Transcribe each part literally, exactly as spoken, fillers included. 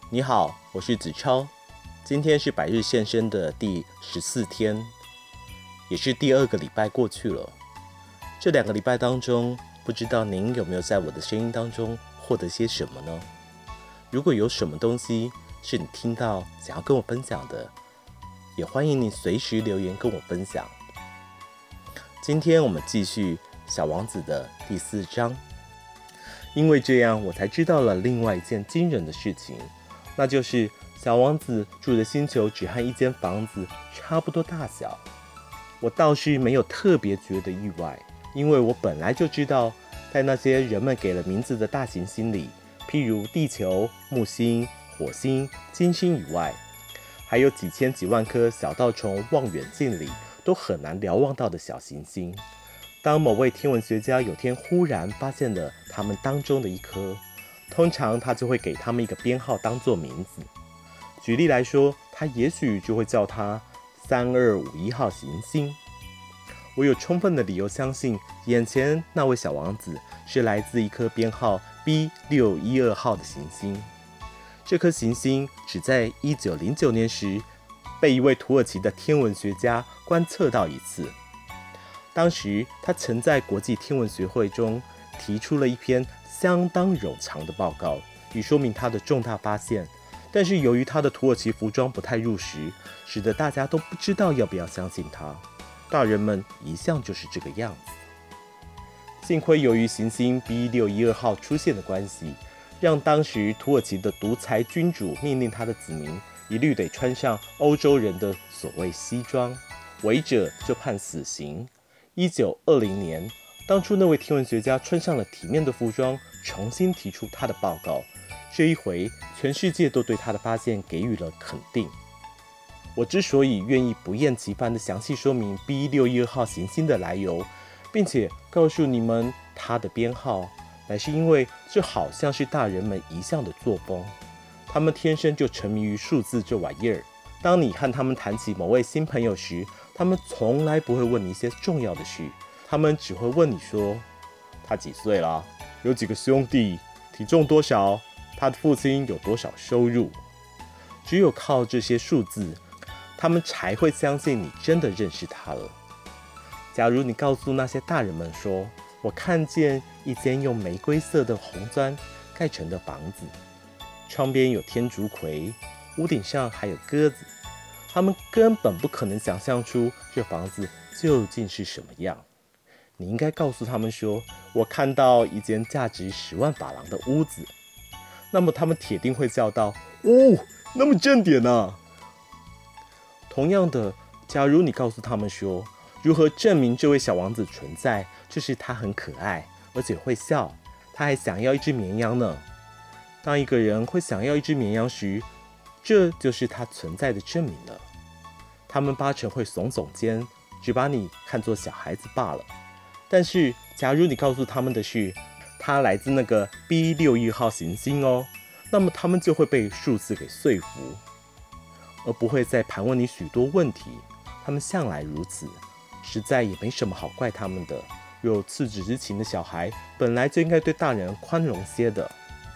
你好，我是子超。今天是百日现身的第十四天，也是第二个礼拜过去了。这两个礼拜当中，不知道您有没有在我的声音当中获得些什么呢？如果有什么东西是你听到想要跟我分享的，也欢迎你随时留言跟我分享。今天我们继续《小王子》的第四章，因为这样我才知道了另外一件惊人的事情，那就是小王子住的星球只和一间房子差不多大小。我倒是没有特别觉得意外，因为我本来就知道，在那些人们给了名字的大行星里，譬如地球、木星、火星、金星以外，还有几千几万颗小到从望远镜里都很难瞭望到的小行星。当某位天文学家有天忽然发现了它们当中的一颗，通常他就会给它们一个编号当作名字。举例来说，他也许就会叫它三二五一号行星。我有充分的理由相信，眼前那位小王子是来自一颗编号 B 六一二号的行星。这颗行星只在一九零九年时被一位土耳其的天文学家观测到一次。当时他曾在国际天文学会中提出了一篇相当冗长的报告，以说明他的重大发现，但是由于他的土耳其服装不太入时，使得大家都不知道要不要相信他。大人们一向就是这个样子。幸亏由于行星 B 六一二号出现的关系，让当时土耳其的独裁君主命令他的子民一律得穿上欧洲人的所谓西装，违者就判死刑。一九二零年，当初那位天文学家穿上了体面的服装，重新提出他的报告。这一回，全世界都对他的发现给予了肯定。我之所以愿意不厌其烦地详细说明 B 六一二号行星的来由，并且告诉你们它的编号，乃是因为这好像是大人们一向的作风。他们天生就沉迷于数字这玩意儿。当你和他们谈起某位新朋友时，他们从来不会问你一些重要的事，他们只会问你说：他几岁了？有几个兄弟？体重多少？他的父亲有多少收入？只有靠这些数字，他们才会相信你真的认识他了。假如你告诉那些大人们说，我看见一间用玫瑰色的红砖盖成的房子，窗边有天竺葵，屋顶上还有鸽子，他们根本不可能想象出这房子究竟是什么样。你应该告诉他们说，我看到一间价值十万法郎的屋子，那么他们铁定会叫道：哦，那么正点啊！同样的，假如你告诉他们说，如何证明这位小王子存在，就是他很可爱，而且会笑，他还想要一只绵羊呢。当一个人会想要一只绵羊时，这就是他存在的证明了。他们八成会耸耸肩，只把你看作小孩子罢了。但是，假如你告诉他们的是，他来自那个 B 六一二号行星哦，那么他们就会被数字给说服，而不会再盘问你许多问题。他们向来如此，实在也没什么好怪他们的。有赤子之情的小孩，本来就应该对大人宽容些的。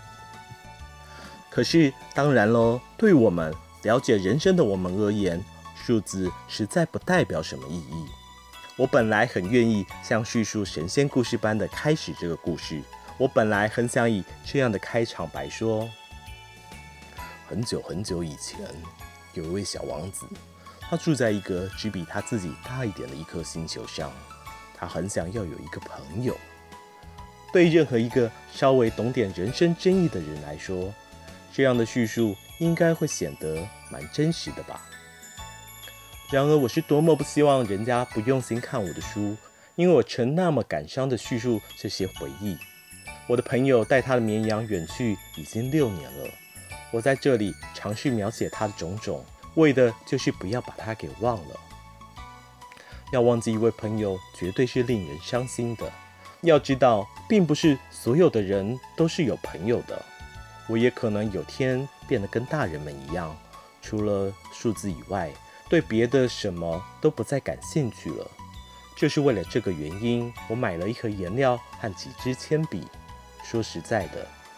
可是，当然咯，对我们了解人生的我们而言，数字实在不代表什么意义。我本来很愿意像叙述神仙故事般的开始这个故事，我本来很想以这样的开场白说：很久很久以前，有一位小王子，他住在一个只比他自己大一点的一颗星球上。他很想要有一个朋友。对任何一个稍微懂点人生真意的人来说，这样的叙述应该会显得蛮真实的吧。然而我是多么不希望人家不用心看我的书，因为我曾那么感伤地叙述这些回忆。我的朋友带他的绵羊远去已经六年了，我在这里尝试描写他的种种，为的就是不要把他给忘了。要忘记一位朋友绝对是令人伤心的。要知道，并不是所有的人都是有朋友的。我也可能有天变得跟大人们一样，除了数字以外，对别的什么都不再感兴趣了。就是为了这个原因，我买了一盒颜料和几支铅笔。说实在的，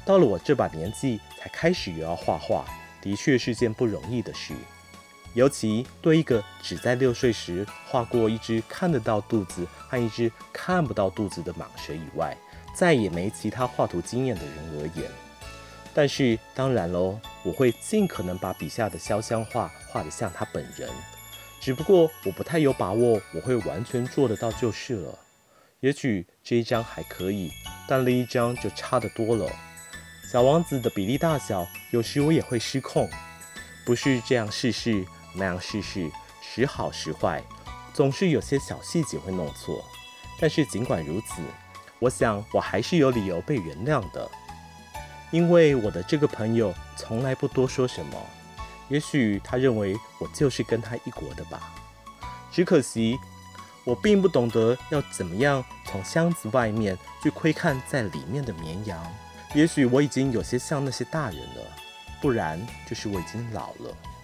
到了我这把年纪才开始又要画画，的确是件不容易的事。尤其对一个只在六岁时画过一只看得到肚子和一只看不到肚子的蟒蛇以外，再也没其他画图经验的人而言。但是当然咯，我会尽可能把笔下的肖像画画得像他本人，只不过我不太有把握我会完全做得到就是了。也许这一张还可以，但另一张就差得多了。小王子的比例大小，有时我也会失控，不是这样试试那样试试，时好时坏，总是有些小细节会弄错。但是尽管如此，我想我还是有理由被原谅的，因为我的这个朋友从来不多说什么。也许他认为我就是跟他一国的吧。只可惜我并不懂得要怎么样从箱子外面去窥看在里面的绵羊。也许我已经有些像那些大人了，不然就是我已经老了。